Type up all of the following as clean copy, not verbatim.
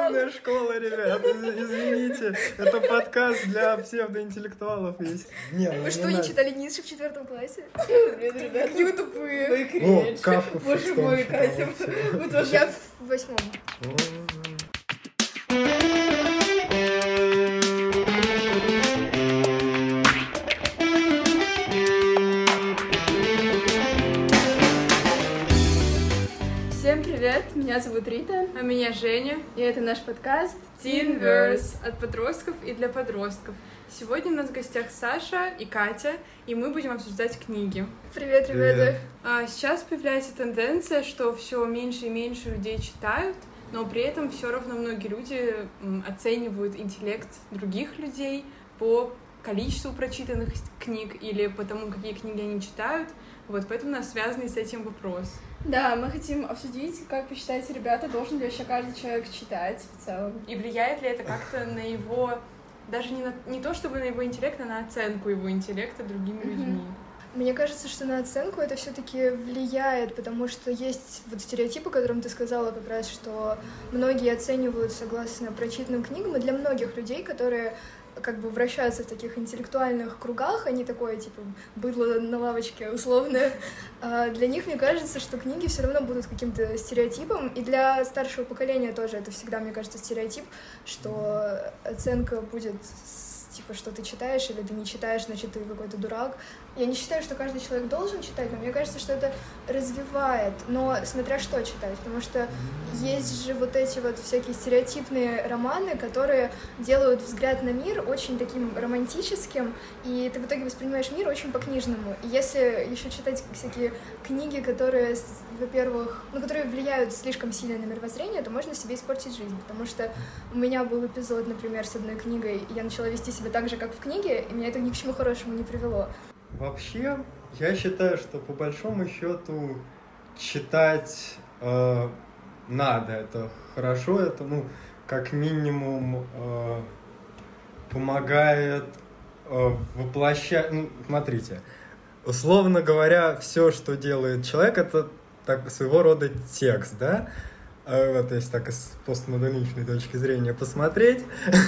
умная школа, ребят. Извините, это подкаст для псевдоинтеллектуалов есть. Вы что, не читали Ницше в 4 классе? Какие тупые. Вы кринж. Кафку в Боже шестом мой, читал Катя. вообще. Вы тоже. Я в 8. Всем привет, меня зовут Рита, А меня Женя. и это наш подкаст Teenverse от подростков и для подростков. Сегодня у нас в гостях Саша и Катя, и мы будем обсуждать книги. Привет, ребята. Сейчас появляется тенденция, что все меньше и меньше людей читают, но при этом все равно многие люди оценивают интеллект других людей по количеству прочитанных книг или по тому, какие книги они читают. Вот, поэтому у нас связанный с этим вопрос. Да, мы хотим обсудить, как вы считаете, ребята, должен ли вообще каждый человек читать в целом? И влияет ли это как-то на его, даже не то чтобы на его интеллект, а на оценку его интеллекта другими людьми? Мне кажется, что на оценку это все-таки влияет, потому что есть вот стереотипы, о котором ты сказала как раз, что многие оценивают согласно прочитанным книгам, и для многих людей, которые как бы вращаются в таких интеллектуальных кругах, они такое, типа, быдло на лавочке, условно. Для них, мне кажется, что книги все равно будут каким-то стереотипом, и для старшего поколения тоже это всегда, мне кажется, стереотип, что оценка будет типа, что ты читаешь или ты не читаешь, значит, ты какой-то дурак. Я не считаю, что каждый человек должен читать, но мне кажется, что это развивает, но смотря что читать, потому что есть же вот эти вот всякие стереотипные романы, которые делают взгляд на мир очень таким романтическим, и ты в итоге воспринимаешь мир очень по-книжному. И если еще читать всякие книги, которые, во-первых, которые влияют слишком сильно на мировоззрение, то можно себе испортить жизнь, потому что у меня был эпизод, например, с одной книгой, и я начала вести себя так же, как в книге, и меня это ни к чему хорошему не привело. Вообще, я считаю, что по большому счету читать надо. Это хорошо, это, как минимум помогает воплощать... смотрите, условно говоря, все, что делает человек, это так, своего рода текст, да? Вот, если так с постмодернистской точки зрения посмотреть.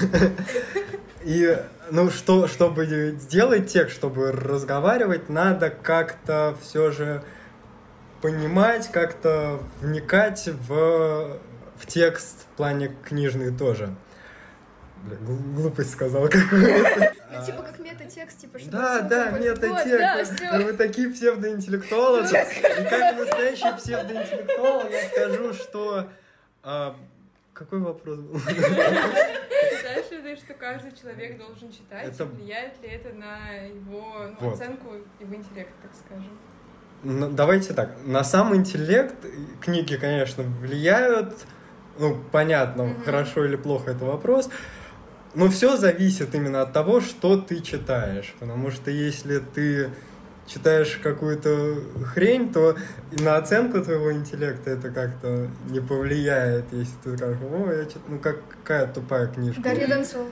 И, чтобы сделать текст, чтобы разговаривать, надо как-то все же понимать, как-то вникать в текст в плане книжный тоже. Бля, глупость сказал какую-то. Типа как мета-текст, типа что... Да, мета-текст. Вы такие псевдоинтеллектуалы. И как настоящий псевдоинтеллектуал я скажу, что... Какой вопрос был? Считаешь ли ты, что каждый человек должен читать? Это... Влияет ли это на его оценку, его интеллекта, так скажем? Давайте так. На сам интеллект книги, конечно, влияют. Понятно, хорошо или плохо это вопрос. Но все зависит именно от того, что ты читаешь. Потому что если ты читаешь какую-то хрень, то и на оценку твоего интеллекта это как-то не повлияет, если ты скажешь, какая тупая книжка. Дарья Донцова.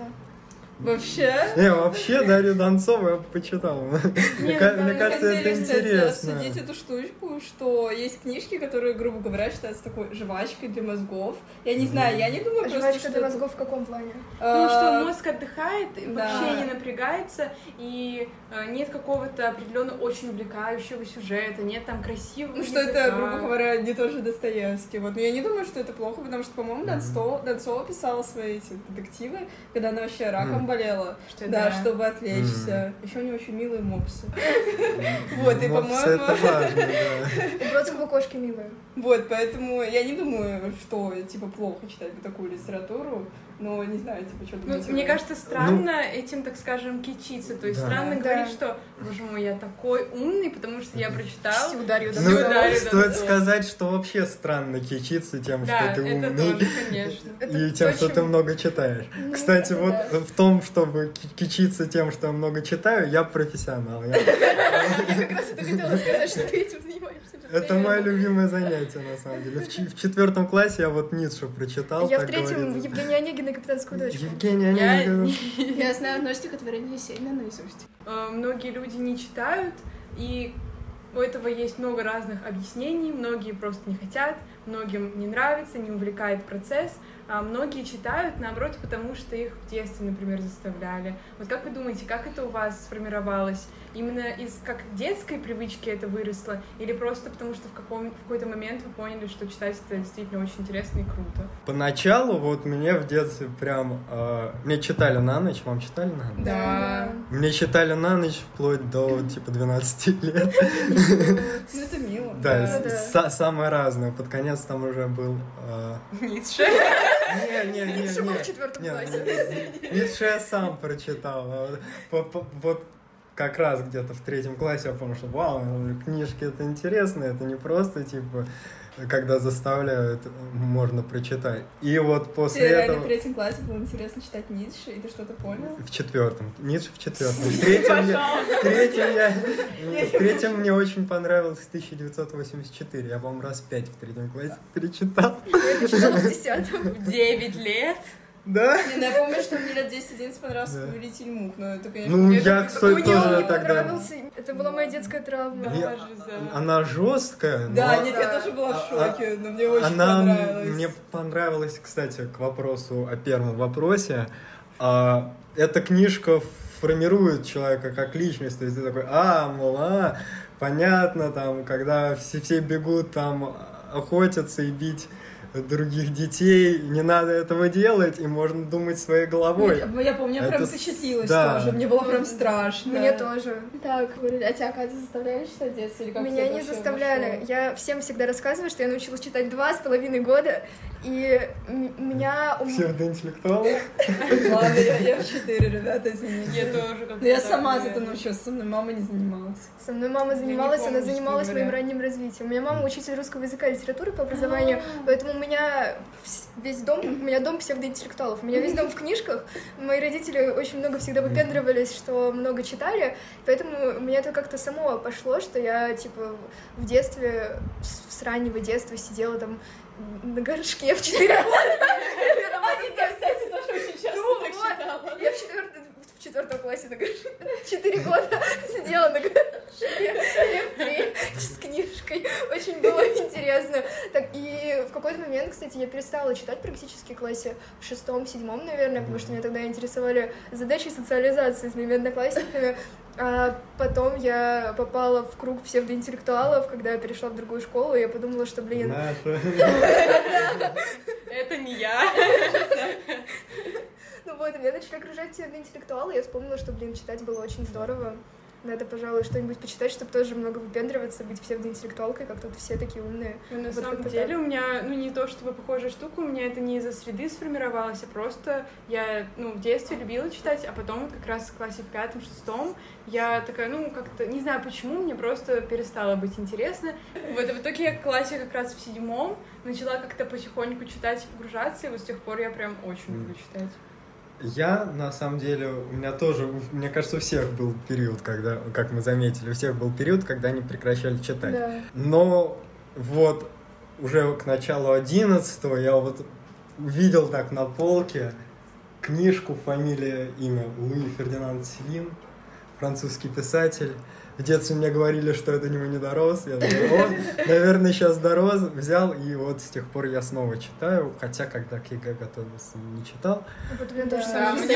Вообще? Дарью Донцову я почитал. Мне кажется, это интересно. Обсудить эту штучку, что есть книжки, которые, грубо говоря, считаются такой жвачкой для мозгов. Я не знаю, я не думаю просто, жвачка для мозгов в каком плане? Что мозг отдыхает, вообще не напрягается, и нет какого-то определенного очень увлекающего сюжета, нет там красивого что это, грубо говоря, не тоже Достоевский. Но я не думаю, что это плохо, потому что, по-моему, Донцова писала свои эти детективы, когда она вообще раком болела, чтобы отвлечься. Еще у него очень милые мопсы. И, по-моему... это важно, да. У Бродского кошки милые. Поэтому я не думаю, что, плохо читать такую литературу, но не знаю, что думаете. Мне кажется, странно этим, так скажем, кичиться, то есть странно говорить, что, боже мой, я такой умный, потому что я прочитал всю Дарью Донцову. Стоит сказать, что вообще странно кичиться тем, что ты умный, тоже, конечно. и тем, что ты много читаешь. Кстати, в том, чтобы кичиться тем, что я много читаю, я профессионал. Я как раз это хотела сказать, что ты этим занимаешься. Это мое любимое занятие, на самом деле. В 4 классе я Ницше прочитал. Я в 3-м Евгения Онегина и Капитанскую дочку. Евгения Онегина. Я знаю одно стихотворение Есенина наизусть. Многие люди не читают, и у этого есть много разных объяснений, многие просто не хотят, многим не нравится, не увлекает процесс, а многие читают, наоборот, потому что их в детстве, например, заставляли. Вот как вы думаете, как это у вас сформировалось? Именно из как детской привычки это выросло, или просто потому что в какой-то момент вы поняли, что читать это действительно очень интересно и круто? Поначалу вот мне в детстве прям... мне читали на ночь, вам читали на ночь? Да. Мне читали на ночь вплоть до типа 12 лет. Ну это мило. Да, самое разное. Под конец там уже был... Ницше. Ницше был в 4 классе. Ницше я сам прочитал. Вот как раз где-то в 3 классе я помню, что вау, книжки это интересно, это не просто типа, когда заставляют, можно прочитать. И вот после этого... Тебе реально в 3 классе было интересно читать Ницше, и ты что-то понял? В 4. Ницше в 4. В 3 мне очень понравилось 1984. Я, по-моему, раз 5 в 3 классе перечитал. Я читала в 10. В 9 лет? Да? Я помню, что мне лет 10-11 понравился «Повелитель мух», но это, конечно... Ну, я тоже Мне тогда... понравился. Это была моя детская травма. Она жесткая. Да, нет, я тоже была в шоке, но мне очень понравилось. Мне понравилось, кстати, к вопросу о первом вопросе. Эта книжка формирует человека как личность. То есть ты такой, понятно, там, когда все бегут там охотятся и бить других детей, не надо этого делать, и можно думать своей головой. Я помню, я прям впечатлилась тоже, мне было прям страшно. Мне тоже. Так, а тебя, Катя, заставляли читать детство? Или как меня не заставляли. Я всем всегда рассказываю, что я научилась читать 2,5 года, и меня... Псевдоинтеллектуалы? Ладно, я в 4, ребята, извините. Я тоже как-то... Я сама зато научилась, со мной мама не занималась. Со мной мама занималась, она занималась моим ранним развитием. У меня мама учитель русского языка и литературы по образованию, поэтому у меня весь дом, у меня дом псевдоинтеллектуалов, у меня весь дом в книжках. Мои родители очень много всегда выпендривались, что много читали, поэтому у меня это как-то само пошло, что я, типа, в детстве, с раннего детства сидела там на горшке в 4 года. Я, кстати, тоже очень часто так читала. Я в 4 классе на горшке 4 года сидела на горшке с книжкой. Очень было интересно. Так, и в какой-то момент, кстати, я перестала читать практически в классе в 6-7, наверное, потому что меня тогда интересовали задачи социализации с моими одноклассниками. А потом я попала в круг псевдоинтеллектуалов, когда я перешла в другую школу, и я подумала, что, блин... Это не я. Ну вот, и меня начали окружать псевдоинтеллектуалы, и я вспомнила, что, блин, читать было очень здорово. Надо, пожалуй, что-нибудь почитать, чтобы тоже много выпендриваться, быть псевдоинтеллектуалкой, как тут все такие умные. Ну, на самом деле у меня, не то чтобы похожая штука, у меня это не из-за среды сформировалось, а просто я, в детстве любила читать, а потом вот как раз в классе в 5-6 я такая, как-то, не знаю почему, мне просто перестало быть интересно. Вот, и в итоге я в классе как раз в 7 начала как-то потихоньку читать, погружаться, и вот с тех пор я прям очень люблю читать. Я, на самом деле, у меня тоже, мне кажется, у всех был период, когда, как мы заметили, у всех был период, когда они прекращали читать. Да. Но вот уже к началу 11-го я вот увидел так на полке книжку, фамилия, имя Луи Фердинанд Селин, французский писатель. В детстве мне говорили, что я до него не дорос. Я думаю, наверное, сейчас дорос. Взял, и вот с тех пор я снова читаю. Хотя, когда к ЕГЭ готовился, не читал. Вот у меня тоже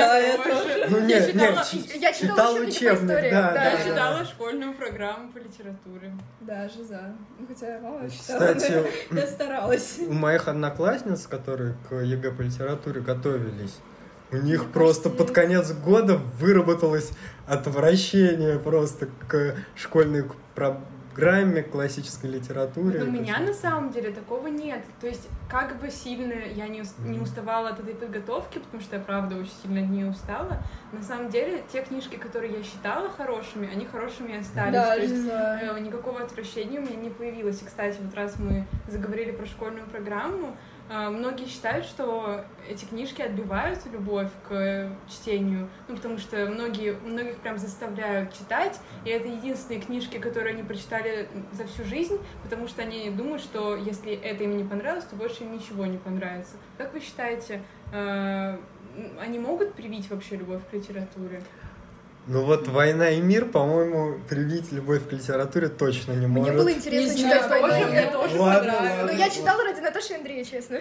Я читал учебник, да. Я читала школьную программу по литературе. Даже за. Хотя мало читала. Кстати, я старалась. У моих одноклассниц, которые к ЕГЭ по литературе готовились, у них просто под конец года выработалось отвращение просто к школьной программе, классической литературе. У меня на самом деле такого нет. То есть, как бы сильно я не уставала от этой подготовки, потому что я, правда, очень сильно от нее устала, на самом деле, те книжки, которые я считала хорошими, они хорошими и остались. Да, то есть, никакого отвращения у меня не появилось. И, кстати, вот раз мы заговорили про школьную программу, многие считают, что эти книжки отбивают любовь к чтению, потому что многих прям заставляют читать, и это единственные книжки, которые они прочитали за всю жизнь, потому что они думают, что если это им не понравилось, то больше им ничего не понравится. Как вы считаете, они могут привить вообще любовь к литературе? Ну вот «Война и мир», по-моему, привить любовь к литературе точно не может. Мне было интересно Не читать знаю, «Войну и мне мир». тоже Ладно, понравилось. ладно. Но я читала ради Наташи и Андрея, честно.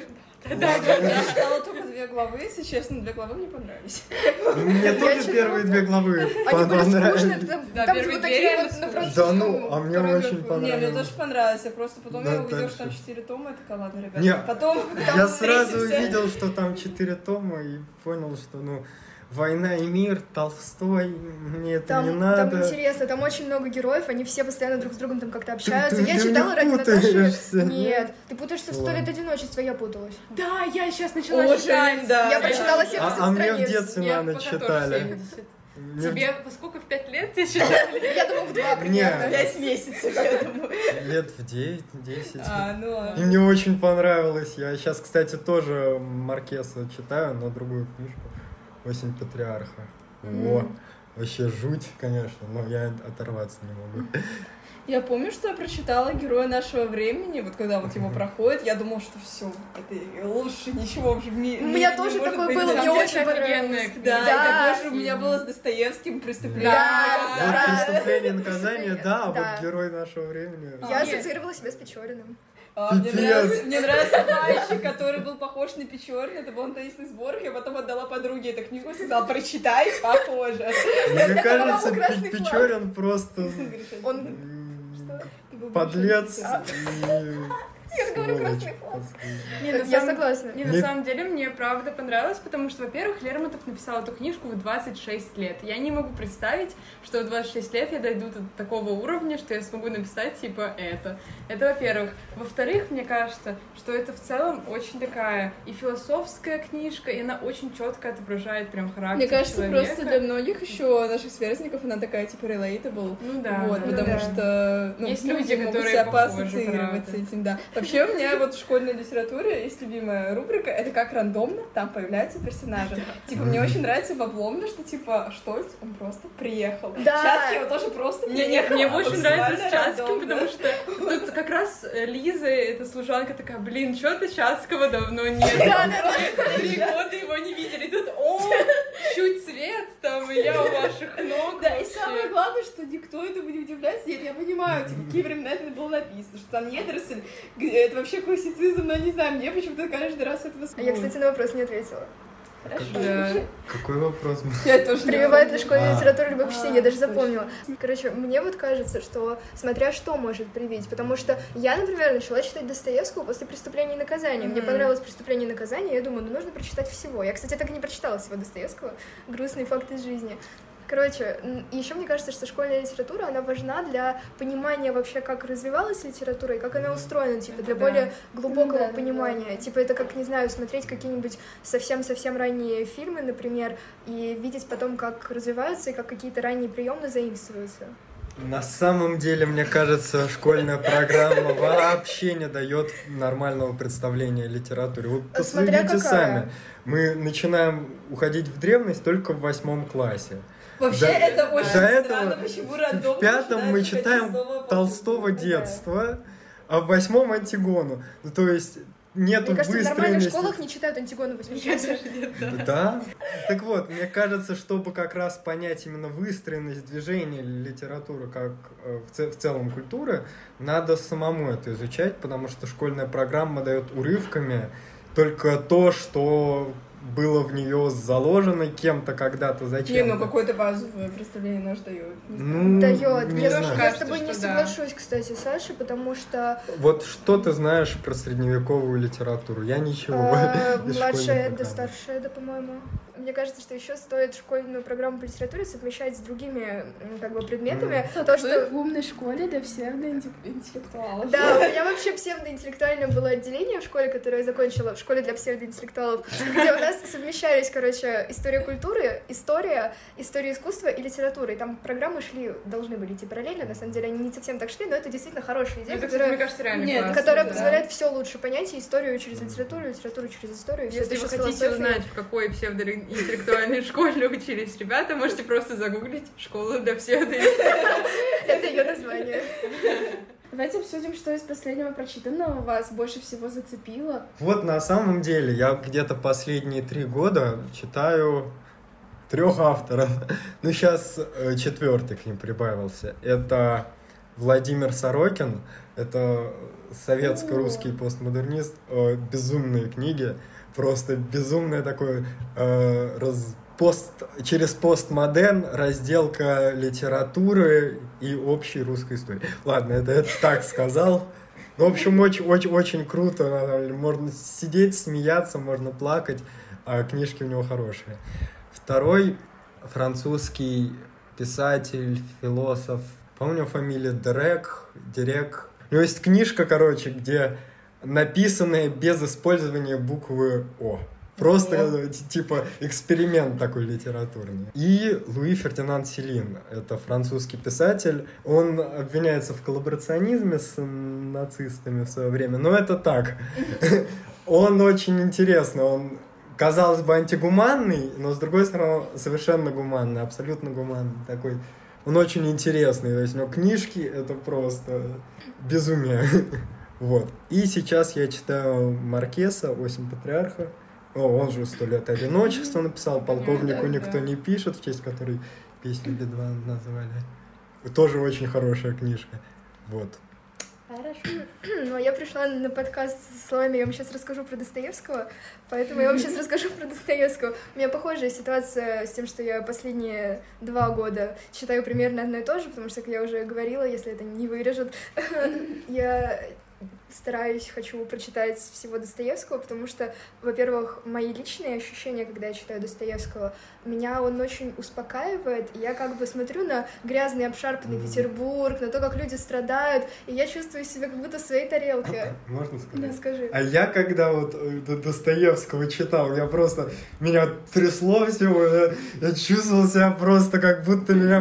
Я читала только 2 главы, если честно, 2 главы мне понравились. Мне тоже читала. первые 2 главы Они были понравились. скучные, Да, там первые вот две такие реально вот на скучные. французском. Да ну, а мне параграфы. очень Не, мне понравилось. тоже понравилось. Я просто потом Да, я увидела, дальше. что там 4 тома, я такая, ладно, ребята. Не, Потом Я сразу встретимся. увидел, что там 4 тома и понял, что, ну, «Война и мир», Толстой, мне это не Там надо. интересно, там очень много героев, они все постоянно друг с другом там как-то общаются. Ты Я не читала ради Наташи. путаешься, нет? Нет, ты путаешься в «100 лет Ладно. одиночества», я путалась. Да, я сейчас начала О, читать. Жень, да. Я прочитала 70 А мне в страниц. детстве Я надо пока тоже читали. 70. Мне в- Тебе во сколько, в 5 лет тебе читали? Я думаю, в 2 примерно. 5 месяцев, я думаю. Лет в 9-10. Ну И ладно. мне очень понравилось. Я сейчас, кстати, тоже Маркеса читаю, но другую книжку. «Осень патриарха». О, вообще жуть, конечно, но я оторваться не могу. Я помню, что я прочитала «Героя нашего времени», вот когда вот его проходит, я думала, что все, это лучше ничего в мире. У меня тоже такое было, На мне самом деле, очень это офигенная понравилось. книга. Да, Да. и такое же у меня было с Достоевским «Преступление». Да, Вот да. «Преступление и наказание», да, а Да. вот «Герой нашего времени». Я Нет. ассоциировала себя с Печориным. Мне Пипец. нравится мальчик, который был похож на Печорина, это был на таинственных сборах, я потом отдала подруге эту книгу и сказала, прочитай, похоже. Мне кажется, по-моему, красный флаг. Печорин просто Он... Ты был подлец большой. Я же говорю, сволочь красный флаг. последний. Не, на Я самом- согласна. Не, на самом деле, мне правда понравилось, потому что, во-первых, Лермонтов написал эту книжку в 26 лет. Я не могу представить, что в 26 лет я дойду до такого уровня, что я смогу написать, типа, это. Это, во-первых. Во-вторых, мне кажется, что это в целом очень такая и философская книжка, и она очень четко отображает прям характер Мне кажется, человека. просто для многих еще наших сверстников она такая, типа, relatable. Ну да. Вот, да, потому да. что Есть люди люди, могут которые себя похожи, поассоциировать с правда. этим, да. Вообще у меня вот в школьной литературе есть любимая рубрика, это как рандомно там появляются персонажи. Типа, мне очень нравится в обломно, что, типа, Штольц, он просто приехал. Да. Часки его тоже просто Мне приехал. очень нравится с Максимально Чацким, рандомно. потому что тут как раз Лиза, эта служанка, такая, блин, что-то Чацкого давно нет. 3 года его не видели. Тут, чуть свет там, и я у ваших ног. Да, и вообще. самое главное, что никто этому не удивляется. Нет, я понимаю, типа, какие времена это было написано, что там недоросль, это вообще классицизм, но не знаю, мне почему-то каждый раз этого А смешно. я, кстати, на вопрос не ответила. Хорошо. Да. Какой вопрос? Я тоже не Прививает ли помню. школьная литература любовь к чтению? Я даже точно. запомнила. Короче, мне вот кажется, что смотря что может привить, потому что я, например, начала читать Достоевского после «Преступления и наказания». Мне понравилось «Преступление и наказание», я думаю, ну нужно прочитать всего. Я, кстати, так и не прочитала всего Достоевского. Грустный факт из жизни. Короче, еще мне кажется, что школьная литература, она важна для понимания вообще, как развивалась литература и как она устроена, типа, для Да. более глубокого Да, да, понимания. Типа, это как, не знаю, смотреть какие-нибудь совсем-совсем ранние фильмы, например, и видеть потом, как развиваются и как какие-то ранние приемы заимствуются. На самом деле, мне кажется, школьная программа вообще не дает нормального представления о литературе. Вы Смотря посудите какая. сами. Мы начинаем уходить в древность только в 8 классе. Вообще, До- это очень до этого странно, почему рандомно В 5 мы начинают читаем ходить снова по Толстого кругу. детства, а в 8 Антигону. Ну, то есть нету Мне кажется, в нормальных выстроенности. школах не читают Антигону 8 классе. Да? Так вот, мне кажется, чтобы как раз понять именно выстроенность движения литературы как в целом культуры, надо самому это изучать, потому что школьная программа дает урывками только то, что было в нее заложено кем-то когда-то, зачем. Не, ну какое-то базовое представление наш дает. Ну, Дает. не Я знаю. с Кажется, тобой не что да. соглашусь, кстати, Саша, потому что Вот что ты знаешь про средневековую литературу? Я ничего. из младшая школьной Эда, программы. старшая Эда, по-моему. Мне кажется, что еще стоит школьную программу по литературе совмещать с другими как бы предметами. То, что в умной школе для псевдоинтеллектуалов. да, у меня вообще псевдоинтеллектуальное было отделение в школе, которое я закончила, в школе для псевдоинтеллектуалов, где у нас совмещались, короче, история культуры, история искусства и литературы. И там программы должны были идти параллельно, на самом деле они не совсем так шли, но это действительно хорошая идея, Это, кстати, мне которая, кажется, реально Нет, классно. которая да. позволяет все лучше понять, и историю через литературу, литературу через историю. и всё Если это вы ещё с хотите философией. узнать, в какой псевдоинтеллектуальной школе учились ребята, можете просто загуглить «Школа для псевдоинтеллектуальных». Это ее название. Давайте обсудим, что из последнего прочитанного вас больше всего зацепило. Вот на самом деле я где-то последние 3 года читаю 3 авторов. Ну, сейчас 4-й к ним прибавился. Это Владимир Сорокин. Это советско-русский постмодернист. Безумные книги. Просто безумное такое через постмодерн разделка литературы и общей русской истории. Ладно, это так сказал. Ну, в общем, очень круто. Можно сидеть, смеяться, можно плакать. А книжки у него хорошие. 2-й французский писатель, философ. По-моему, фамилия Дирек. У него есть книжка, где написанная без использования буквы О. Просто типа эксперимент такой литературный. И Луи Фердинанд Селин. Это французский писатель. Он обвиняется в коллаборационизме с нацистами в свое время. Но это так. Он очень интересный. Он, казалось бы, антигуманный, но с другой стороны совершенно гуманный, абсолютно гуманный такой. Он очень интересный. То есть у него книжки — это просто безумие. Вот. И сейчас я читаю Маркеса «Осень патриарха». Он же «100 лет одиночества» написал, «Полковнику никто не пишет», в честь которой песню Би-2 назвали. Тоже очень хорошая книжка. Вот. Хорошо. Ну, я пришла на подкаст со словами «Я вам сейчас расскажу про Достоевского», поэтому я вам сейчас расскажу про Достоевского. У меня похожая ситуация с тем, что я последние 2 года читаю примерно одно и то же, потому что, как я уже говорила, если это не вырежут, я хочу прочитать всего Достоевского, потому что, во-первых, мои личные ощущения, когда я читаю Достоевского, меня он очень успокаивает, и я как бы смотрю на грязный, обшарпанный Петербург, на то, как люди страдают, и я чувствую себя как будто в своей тарелке. Можно сказать? Да, скажи. А я, когда Достоевского читал, меня трясло всего, я чувствовал себя просто, как будто меня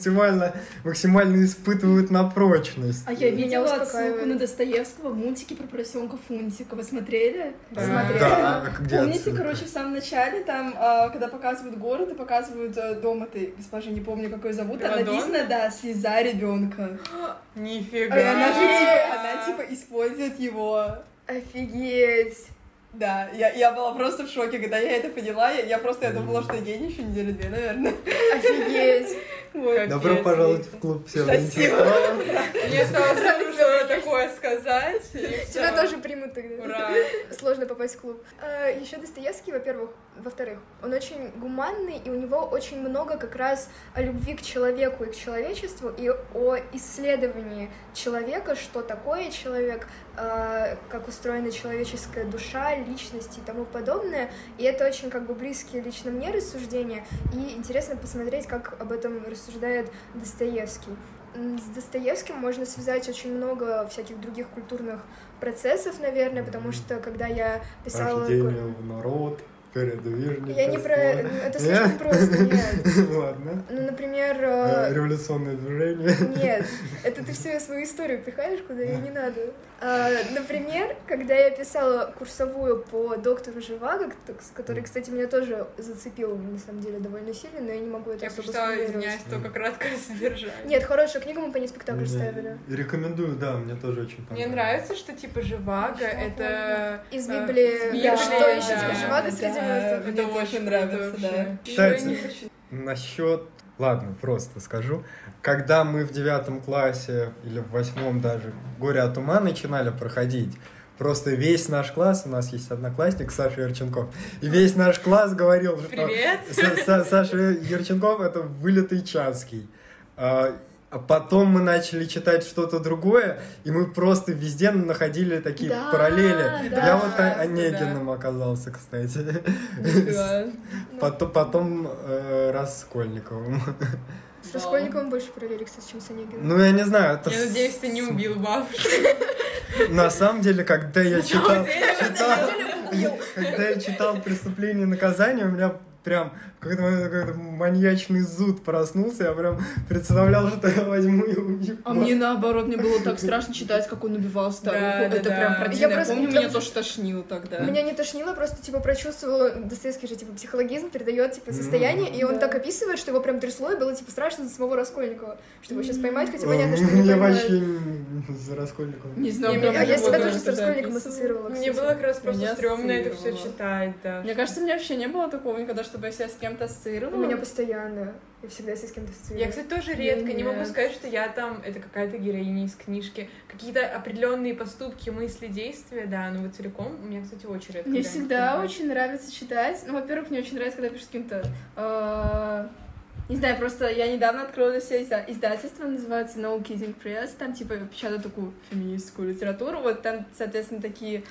максимально испытывают на прочность. А я видела отсылку на Достоевского в мультике про поросенка Фунтика. Вы смотрели? Да. Смотрели. Да. Помните, в самом начале, там, когда показывают город и показывают дом этой госпожи, не помню, какой зовут, там написано, слеза ребенка. Нифига. И она использует его. Офигеть. Да, я была просто в шоке, когда я это поняла. Я думала, что ей еще 2 недели, наверное. Офигеть. Добро пожаловать в клуб Спасибо. Мне стало что такое сказать. Тебя тоже примут тогда. Ура. Сложно попасть в клуб. Еще Достоевский, во-вторых, он очень гуманный, и у него очень много как раз о любви к человеку и к человечеству, и о исследовании человека, что такое человек, как устроена человеческая душа, личность и тому подобное. И это очень близкие лично мне рассуждения, и интересно посмотреть, как об этом рассуждает Достоевский. С Достоевским можно связать очень много всяких других культурных процессов, наверное, потому что когда я писала... Рождение в народ, передвижничество... Я не про... Это слишком просто, нет. Ладно. Ну, например... Революционное движение. Нет, это ты всю свою историю пихаешь, куда ее не надо. Например, когда я писала курсовую по доктору Живаго, который, кстати, меня тоже зацепил, на самом деле, довольно сильно, но я не могу это особо сформулировать. Я прочитала, извиняюсь, только краткое содержание. Нет, хорошая книга, мы по ней спектакль ставили. Рекомендую, да, мне тоже очень понравилось. Мне нравится, что Живаго это... Из Библии, да, что ищете Живаго среди мертвых. Мне очень нравится, да. Кстати, насчет... Ладно, просто скажу. Когда мы в 9 классе или в 8 даже «Горе от ума» начинали проходить, просто весь наш класс, у нас есть одноклассник Саша Ярченков, и весь наш класс говорил, что Саша Ярченков — это вылитый Чацкий. А потом мы начали читать что-то другое, и мы просто везде находили такие параллели. Я Онегиным оказался, кстати. Потом Раскольниковым. С Раскольниковым больше параллели, кстати, чем с Онегиным. Ну, я не знаю. Я надеюсь, ты не убил бабушку. На самом деле, когда я читал «Преступление и наказание», у меня прям какой-то маньячный зуд проснулся, я прям представлял, что я возьму и убью. А мне наоборот, мне было так страшно читать, как он убивал старуху. Это прям противно. Я помню, меня тоже тошнило тогда. Меня не тошнило, просто прочувствовала, Достоевский же психологизм передает состояние, и он так описывает, что его прям трясло, и было страшно за самого Раскольникова, чтобы сейчас поймать, хотя понятно, что не я понимает. вообще за Раскольникова. Не знаю, я себя тоже с Раскольником ассоциировала. Мне было как раз просто стрёмно это все читать, да. Мне кажется, у меня вообще не было такого никогда, чтобы я себя с кем-то ассоциировала. У меня постоянно. Я всегда себя с кем-то ассоциирую. Я, кстати, тоже редко. Не могу сказать, что я там, это какая-то героиня из книжки. Какие-то определенные поступки, мысли, действия, да, но вот целиком у меня, кстати, очень редко. Мне всегда очень нравится читать. Ну, во-первых, мне очень нравится, когда пишут каким-то... Не знаю, просто я недавно открыла для себя издательство, называется No Kidding Press, там, типа, печатают такую феминистскую литературу, вот там, соответственно, такие...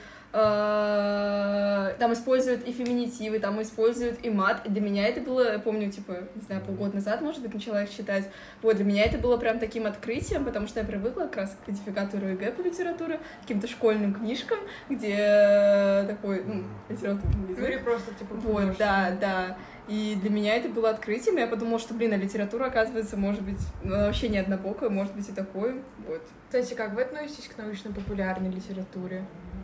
Там используют и феминитивы, там используют и мат. И для меня это было, я помню, типа, не знаю, полгода назад, может быть, начала их читать. Вот, для меня это было прям таким открытием, потому что я привыкла как раз к кодификатору ЕГЭ по литературе, к каким-то школьным книжкам, где такой, литературный язык. Или просто, типа, вот, да. И для меня это было открытием, я подумала, что, а литература, оказывается, может быть, вообще не однобокая, может быть и такой, вот. Кстати, как вы относитесь к научно-популярной литературе?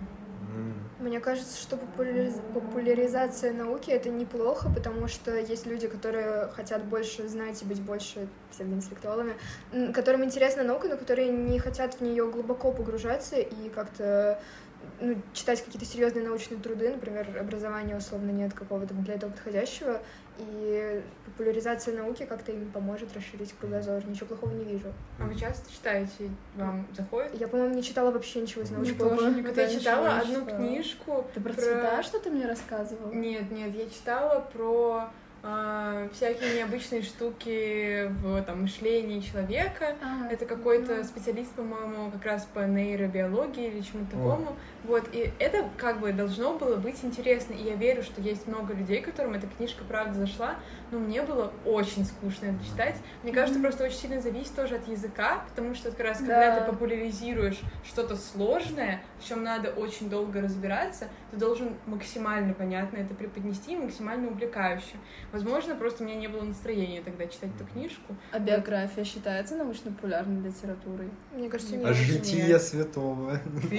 Мне кажется, что популяризация науки — это неплохо, потому что есть люди, которые хотят больше знать и быть больше псевдоинтеллектуалами, которым интересна наука, но которые не хотят в нее глубоко погружаться и как-то читать какие-то серьезные научные труды, например, образования условно нет какого-то для этого подходящего, и популяризация науки как-то им поможет расширить кругозор. Ничего плохого не вижу. А вы часто читаете? Вам заходит? Я, по-моему, не читала вообще ничего из научного. Вот я читала одну книжку. Ты про цвета что-то мне рассказывала? Нет, я читала про всякие необычные штуки в мышлении человека. Это какой-то специалист, по-моему, как раз по нейробиологии или чему-то такому. Вот, и это как бы должно было быть интересно. И я верю, что есть много людей, которым эта книжка правда зашла, но мне было очень скучно это читать. Мне кажется, просто очень сильно зависит тоже от языка, потому что как раз когда ты популяризируешь что-то сложное, в чем надо очень долго разбираться, ты должен максимально понятно это преподнести и максимально увлекающе. Возможно, просто у меня не было настроения тогда читать эту книжку. А биография считается научно-популярной литературой? Мне кажется, нет. А житие святого.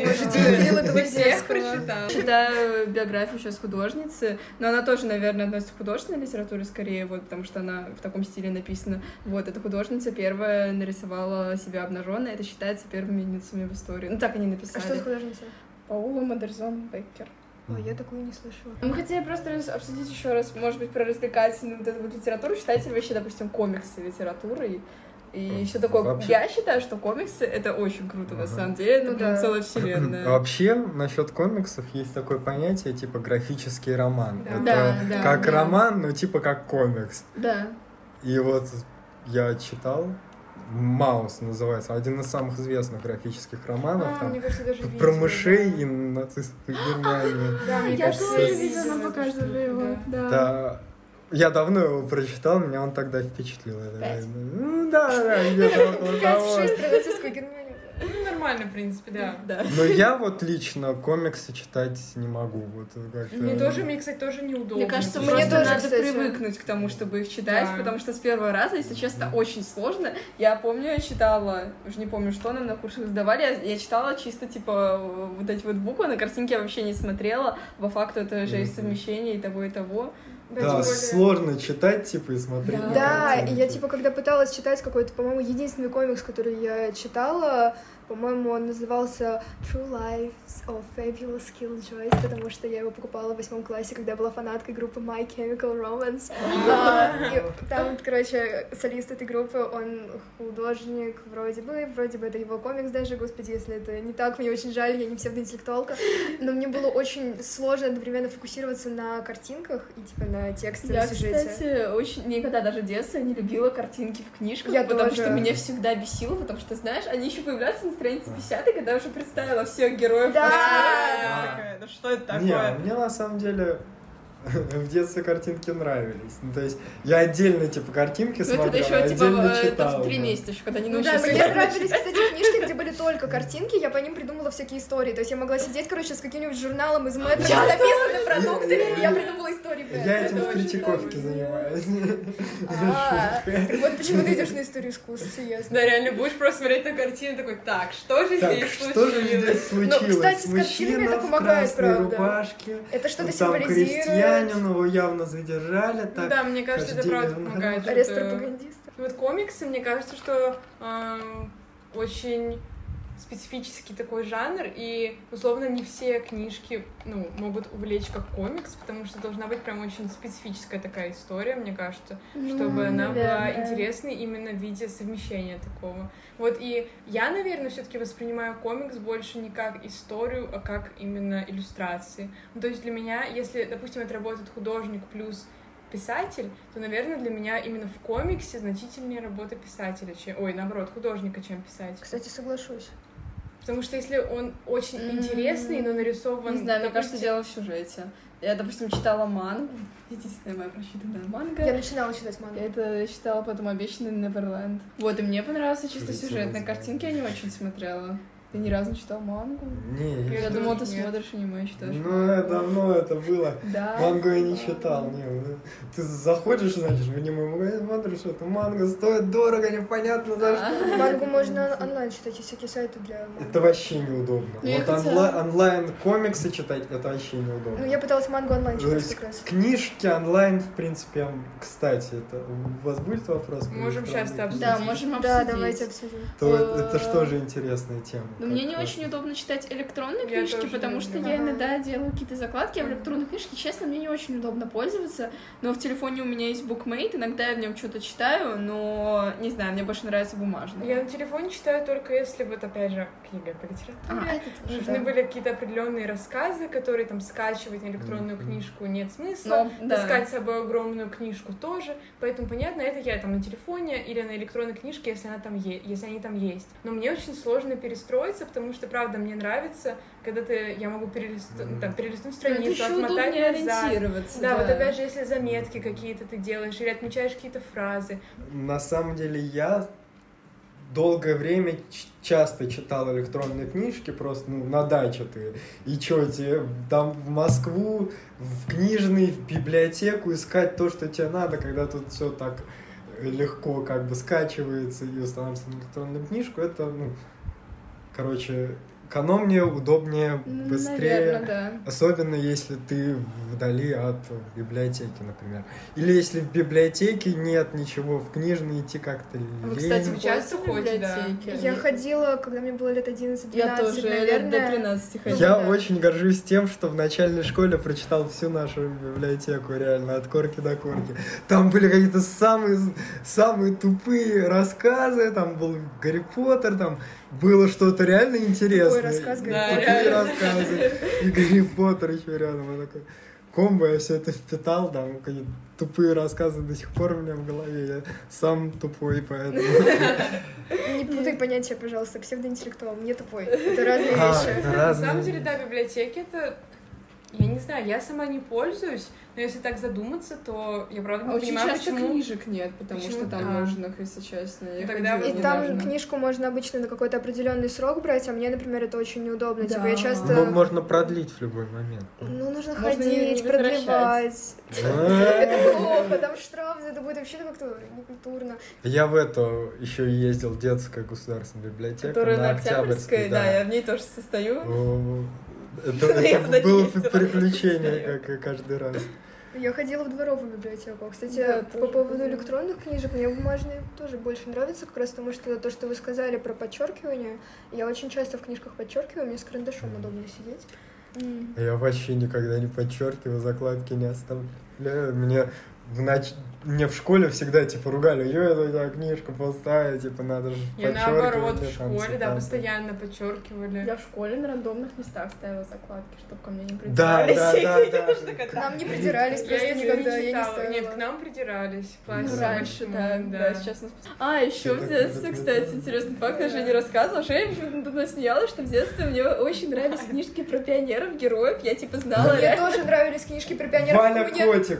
Всех прочитала. Читаю биографию сейчас художницы, но она тоже, наверное, относится к художественной литературе скорее, вот, потому что она в таком стиле написана. Вот, эта художница первая нарисовала себя обнаженной, это считается первыми единицами в истории. Ну, так они написали. А что за художница? Паула Мадерзон Беккер. Ой, я такую не слышала. Мы хотели просто обсудить еще раз, может быть, про развлекательную вот эту вот литературу. Считаете ли вообще, допустим, комиксы литературой? И все такое. Вообще... Я считаю, что комиксы — это очень круто, на самом деле. Это целая вселенная. Вообще, насчет комиксов есть такое понятие, типа, графический роман. Да. Это как роман, но типа как комикс. Да. И вот я читал, «Маус» называется, один из самых известных графических романов. Там, мне кажется, даже про мышей и нацистскую Германию. Да, мне Я кажется, тоже видела, она показывала его. Да. Я давно его прочитал, меня он тогда впечатлил. 5. Ну да, где-то около того. 5-6 про нацистскую Германию. Нормально, в принципе, да. Но я вот лично комиксы читать не могу. Вот как-то... Мне, кстати, тоже неудобно. Мне кажется, Мне просто тоже, надо кстати. привыкнуть к тому, чтобы их читать, Да. потому что с первого раза, если честно, очень сложно. Я помню, я читала, уже не помню, что нам на курсах сдавали, я читала чисто, типа, вот эти вот буквы, на картинке я вообще не смотрела, по факту это же и совмещение и того, и того. Да, сложно читать, типа, и смотреть. Да, и я, типа, когда пыталась читать какой-то, по-моему, единственный комикс, который я читала, по-моему, он назывался True Lives of Fabulous Killjoys, потому что я его покупала в 8 классе, когда я была фанаткой группы My Chemical Romance. И там, короче, солист этой группы, он художник вроде бы это его комикс даже, господи, если это не так, мне очень жаль, я не псевдоинтеллектуалка, но мне было очень сложно одновременно фокусироваться на картинках и, типа, на тексте, на сюжете. Я, кстати, никогда даже в детстве не любила картинки в книжках, Я потому тоже. что меня всегда бесило, потому что, знаешь, они еще появляются на странице 50, когда я уже представила всех героев. Да. Я такая, ну что это Не, такое? мне на самом деле в детстве картинки нравились. Ну, то есть я отдельно, типа, картинки смотрел, это еще, отдельно типа, читал. это в 3 месяца еще, когда не Ну да, мне нравились, кстати, книжки, где были только картинки, я по ним придумала всякие истории. То есть я могла сидеть, короче, с каким-нибудь журналом из Мэтра, где написаны продукты, и я придумала истории про это. Я этим Это в очень Третьяковке нравилось. занимаюсь. Вот почему ты идешь на историю искусства, все ясно. Да, реально, будешь просто смотреть на картину такой, так, что же Так, здесь что же здесь случилось? Ну, кстати, с картинами это Мужчина в помогает, красной правда. рубашке, Это что-то там символизирует. крестьянин, его явно задержали. Так, Да, мне кажется, это хождение правда на помогает. Арест что-то- пропагандистов. Вот комиксы, мне кажется, что очень специфический такой жанр, и, условно, не все книжки, ну, могут увлечь как комикс, потому что должна быть прям очень специфическая такая история, мне кажется, чтобы она была интересной именно в виде совмещения такого. Вот, и я, наверное, все-таки воспринимаю комикс больше не как историю, а как именно иллюстрации. Ну, то есть для меня, если, допустим, это работает художник плюс писатель, то, наверное, для меня именно в комиксе значительнее работа писателя, наоборот, художника, чем писателя. Кстати, соглашусь. Потому что если он очень интересный, но нарисован... Не знаю, мне кажется, дело в сюжете. Я, допустим, читала мангу. Единственная моя прочитанная манга. Я начинала читать мангу. Я это читала потом «Обещанный Неверленд». Вот, и мне понравился чисто сюжет. На картинки я не очень смотрела. Ты ни разу не читал мангу? Не, я думала, ты смотришь аниме, читаешь. Ну, давно это было. Да. Мангу я не читал. Ты заходишь, значит, в аниме-магазин, смотришь, что манга стоит дорого, непонятно за что. Мангу можно онлайн читать, есть всякие сайты для манги. Это вообще неудобно. Вот онлайн-комиксы читать, это вообще неудобно. Ну, я пыталась мангу онлайн читать как раз. Книжки онлайн, в принципе, кстати, это у вас будет вопрос? Можем сейчас обсудить. Да, можем обсудить. Да, давайте обсудим. Это что же интересная тема. Но мне не очень удобно читать электронные книжки, потому что я иногда делаю какие-то закладки, а в электронной книжке, честно, мне не очень удобно пользоваться. Но в телефоне у меня есть букмейт, иногда я в нем что-то читаю, но, не знаю, мне больше нравится бумажный. Я на телефоне читаю только если, вот опять же, книга по литературе. Нужны были какие-то определенные рассказы, которые там скачивать на электронную книжку нет смысла, таскать с собой огромную книжку тоже, поэтому, понятно, это я там на телефоне или на электронной книжке, если они там есть. Но мне очень сложно перестроиться, потому что, правда, мне нравится, когда я могу перелистнуть страницу, отмотать назад. Да, вот опять же, если заметки какие-то ты делаешь или отмечаешь какие-то фразы. На самом деле я долгое время часто читал электронные книжки, просто на даче ты. И что, тебе там в Москву, в книжный, в библиотеку искать то, что тебе надо, когда тут все так легко как бы скачивается и устанавливается на электронную книжку, это, экономнее, удобнее, быстрее. Наверное, да. Особенно если ты вдали от библиотеки, например. Или если в библиотеке нет ничего, в книжной идти как-то лень. Вы, кстати, часто ходите? Да. Я ходила, когда мне было лет 11-12, я тоже, наверное. До 13 ходила. Я очень горжусь тем, что в начальной школе прочитал всю нашу библиотеку, реально, от корки до корки. Там были какие-то самые тупые рассказы, там был Гарри Поттер, там было что-то реально интересное. Тупые рассказы. И Гарри Поттер еще рядом. Я такой, комбо, я все это впитал, там какие-то тупые рассказы до сих пор у меня в голове. Я сам тупой, поэтому... Не путай понятия, пожалуйста, псевдоинтеллектуал, не тупой. Это разные вещи. На самом деле, да, библиотеки это... Я не знаю, я сама не пользуюсь, но если так задуматься, то я правда не понимаю, часто почему... книжек нет, потому что там нужных, если честно. И там книжку можно обычно на какой-то определенный срок брать, а мне, например, это очень неудобно. Да. Типа я часто... Но можно продлить в любой момент. Нужно ходить, продлевать. Это плохо, там штраф, это будет вообще как-то некультурно. Я в эту еще ездил в детская государственная библиотека. Которая на Октябрьской, да, я в ней тоже состою. Это было приключение, как и каждый раз. Я ходила в дворовую библиотеку. Кстати, по поводу электронных книжек, мне бумажные тоже больше нравятся, как раз потому что то, что вы сказали про подчеркивание. Я очень часто в книжках подчеркиваю, мне с карандашом удобно сидеть. Я вообще никогда не подчеркиваю, закладки не оставляю. Мне в школе всегда, ругали, эта книжка пустая, надо же подчеркивать. Я наоборот, в школе, постоянно подчеркивали. Я в школе на рандомных местах ставила закладки, чтобы ко мне не придирались. Да. К нам не придирались, просто никогда я не ставила. Нет, к нам придирались. Раньше, да, сейчас нас... еще в детстве, кстати, интересный факт, я же не рассказывала, что я почему-то насмеялась, что в детстве мне очень нравились книжки про пионеров, героев, я знала... Мне тоже нравились книжки про пионеров. Валя Котик.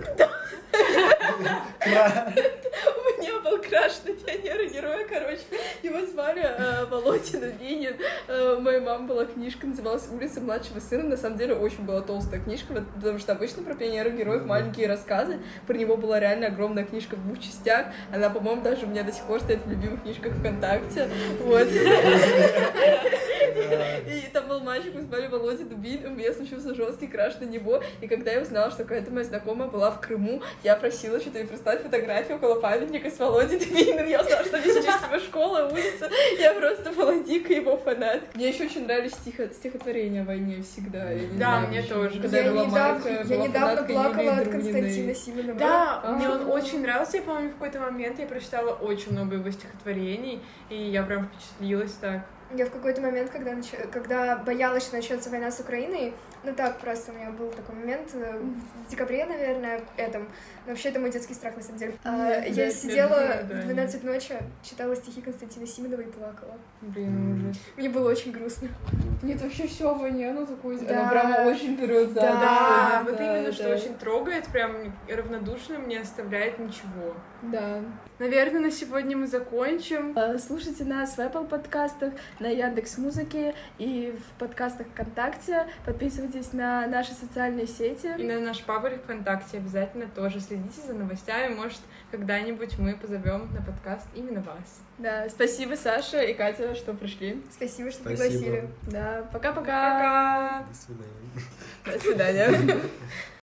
У меня был краш на пионера-героя, его звали Володя Новинин. У моей мамы была книжка, называлась «Улица младшего сына». На самом деле очень была толстая книжка, потому что обычно про пионеров-героев маленькие рассказы. Про него была реально огромная книжка в 2 частях. Она, по-моему, даже у меня до сих пор стоит в любимых книжках ВКонтакте. Вот. И там был мальчик, мы звали Володя Дубин, у меня случился жесткий краш на него, и когда я узнала, что какая-то моя знакомая была в Крыму, я просила что-то ей прислать фотографию около памятника с Володей Дубиным, я узнала, что здесь сейчас типа школа, улица, я просто была дико его фанат. Мне еще очень нравились стихотворения о войне всегда. Да, мне тоже. Когда я недавно плакала от Константина Симонова. Да, мне он очень нравился, я помню, в какой-то момент я прочитала очень много его стихотворений, и я прям впечатлилась так. Я в какой-то момент, когда боялась, что начнется война с Украиной, ну так, просто у меня был такой момент, в декабре, наверное, но вообще это мой детский страх, на самом деле. Я сидела в 12 ночи, читала стихи Константина Симонова и плакала. Блин, ужас. Мне было очень грустно. Нет, вообще все о войне, оно такое, да. оно прямо очень берет за Да, вот именно, что очень трогает, прям равнодушным не оставляет ничего. Да. Наверное, на сегодня мы закончим. Слушайте нас в Apple подкастах, на Яндекс.Музыке и в подкастах ВКонтакте. Подписывайтесь на наши социальные сети. И на наш паблик ВКонтакте обязательно тоже следите за новостями. Может, когда-нибудь мы позовем на подкаст именно вас. Да, спасибо, Саша и Катя, что пришли. Спасибо, что пригласили. Да, пока-пока. До свидания. До свидания.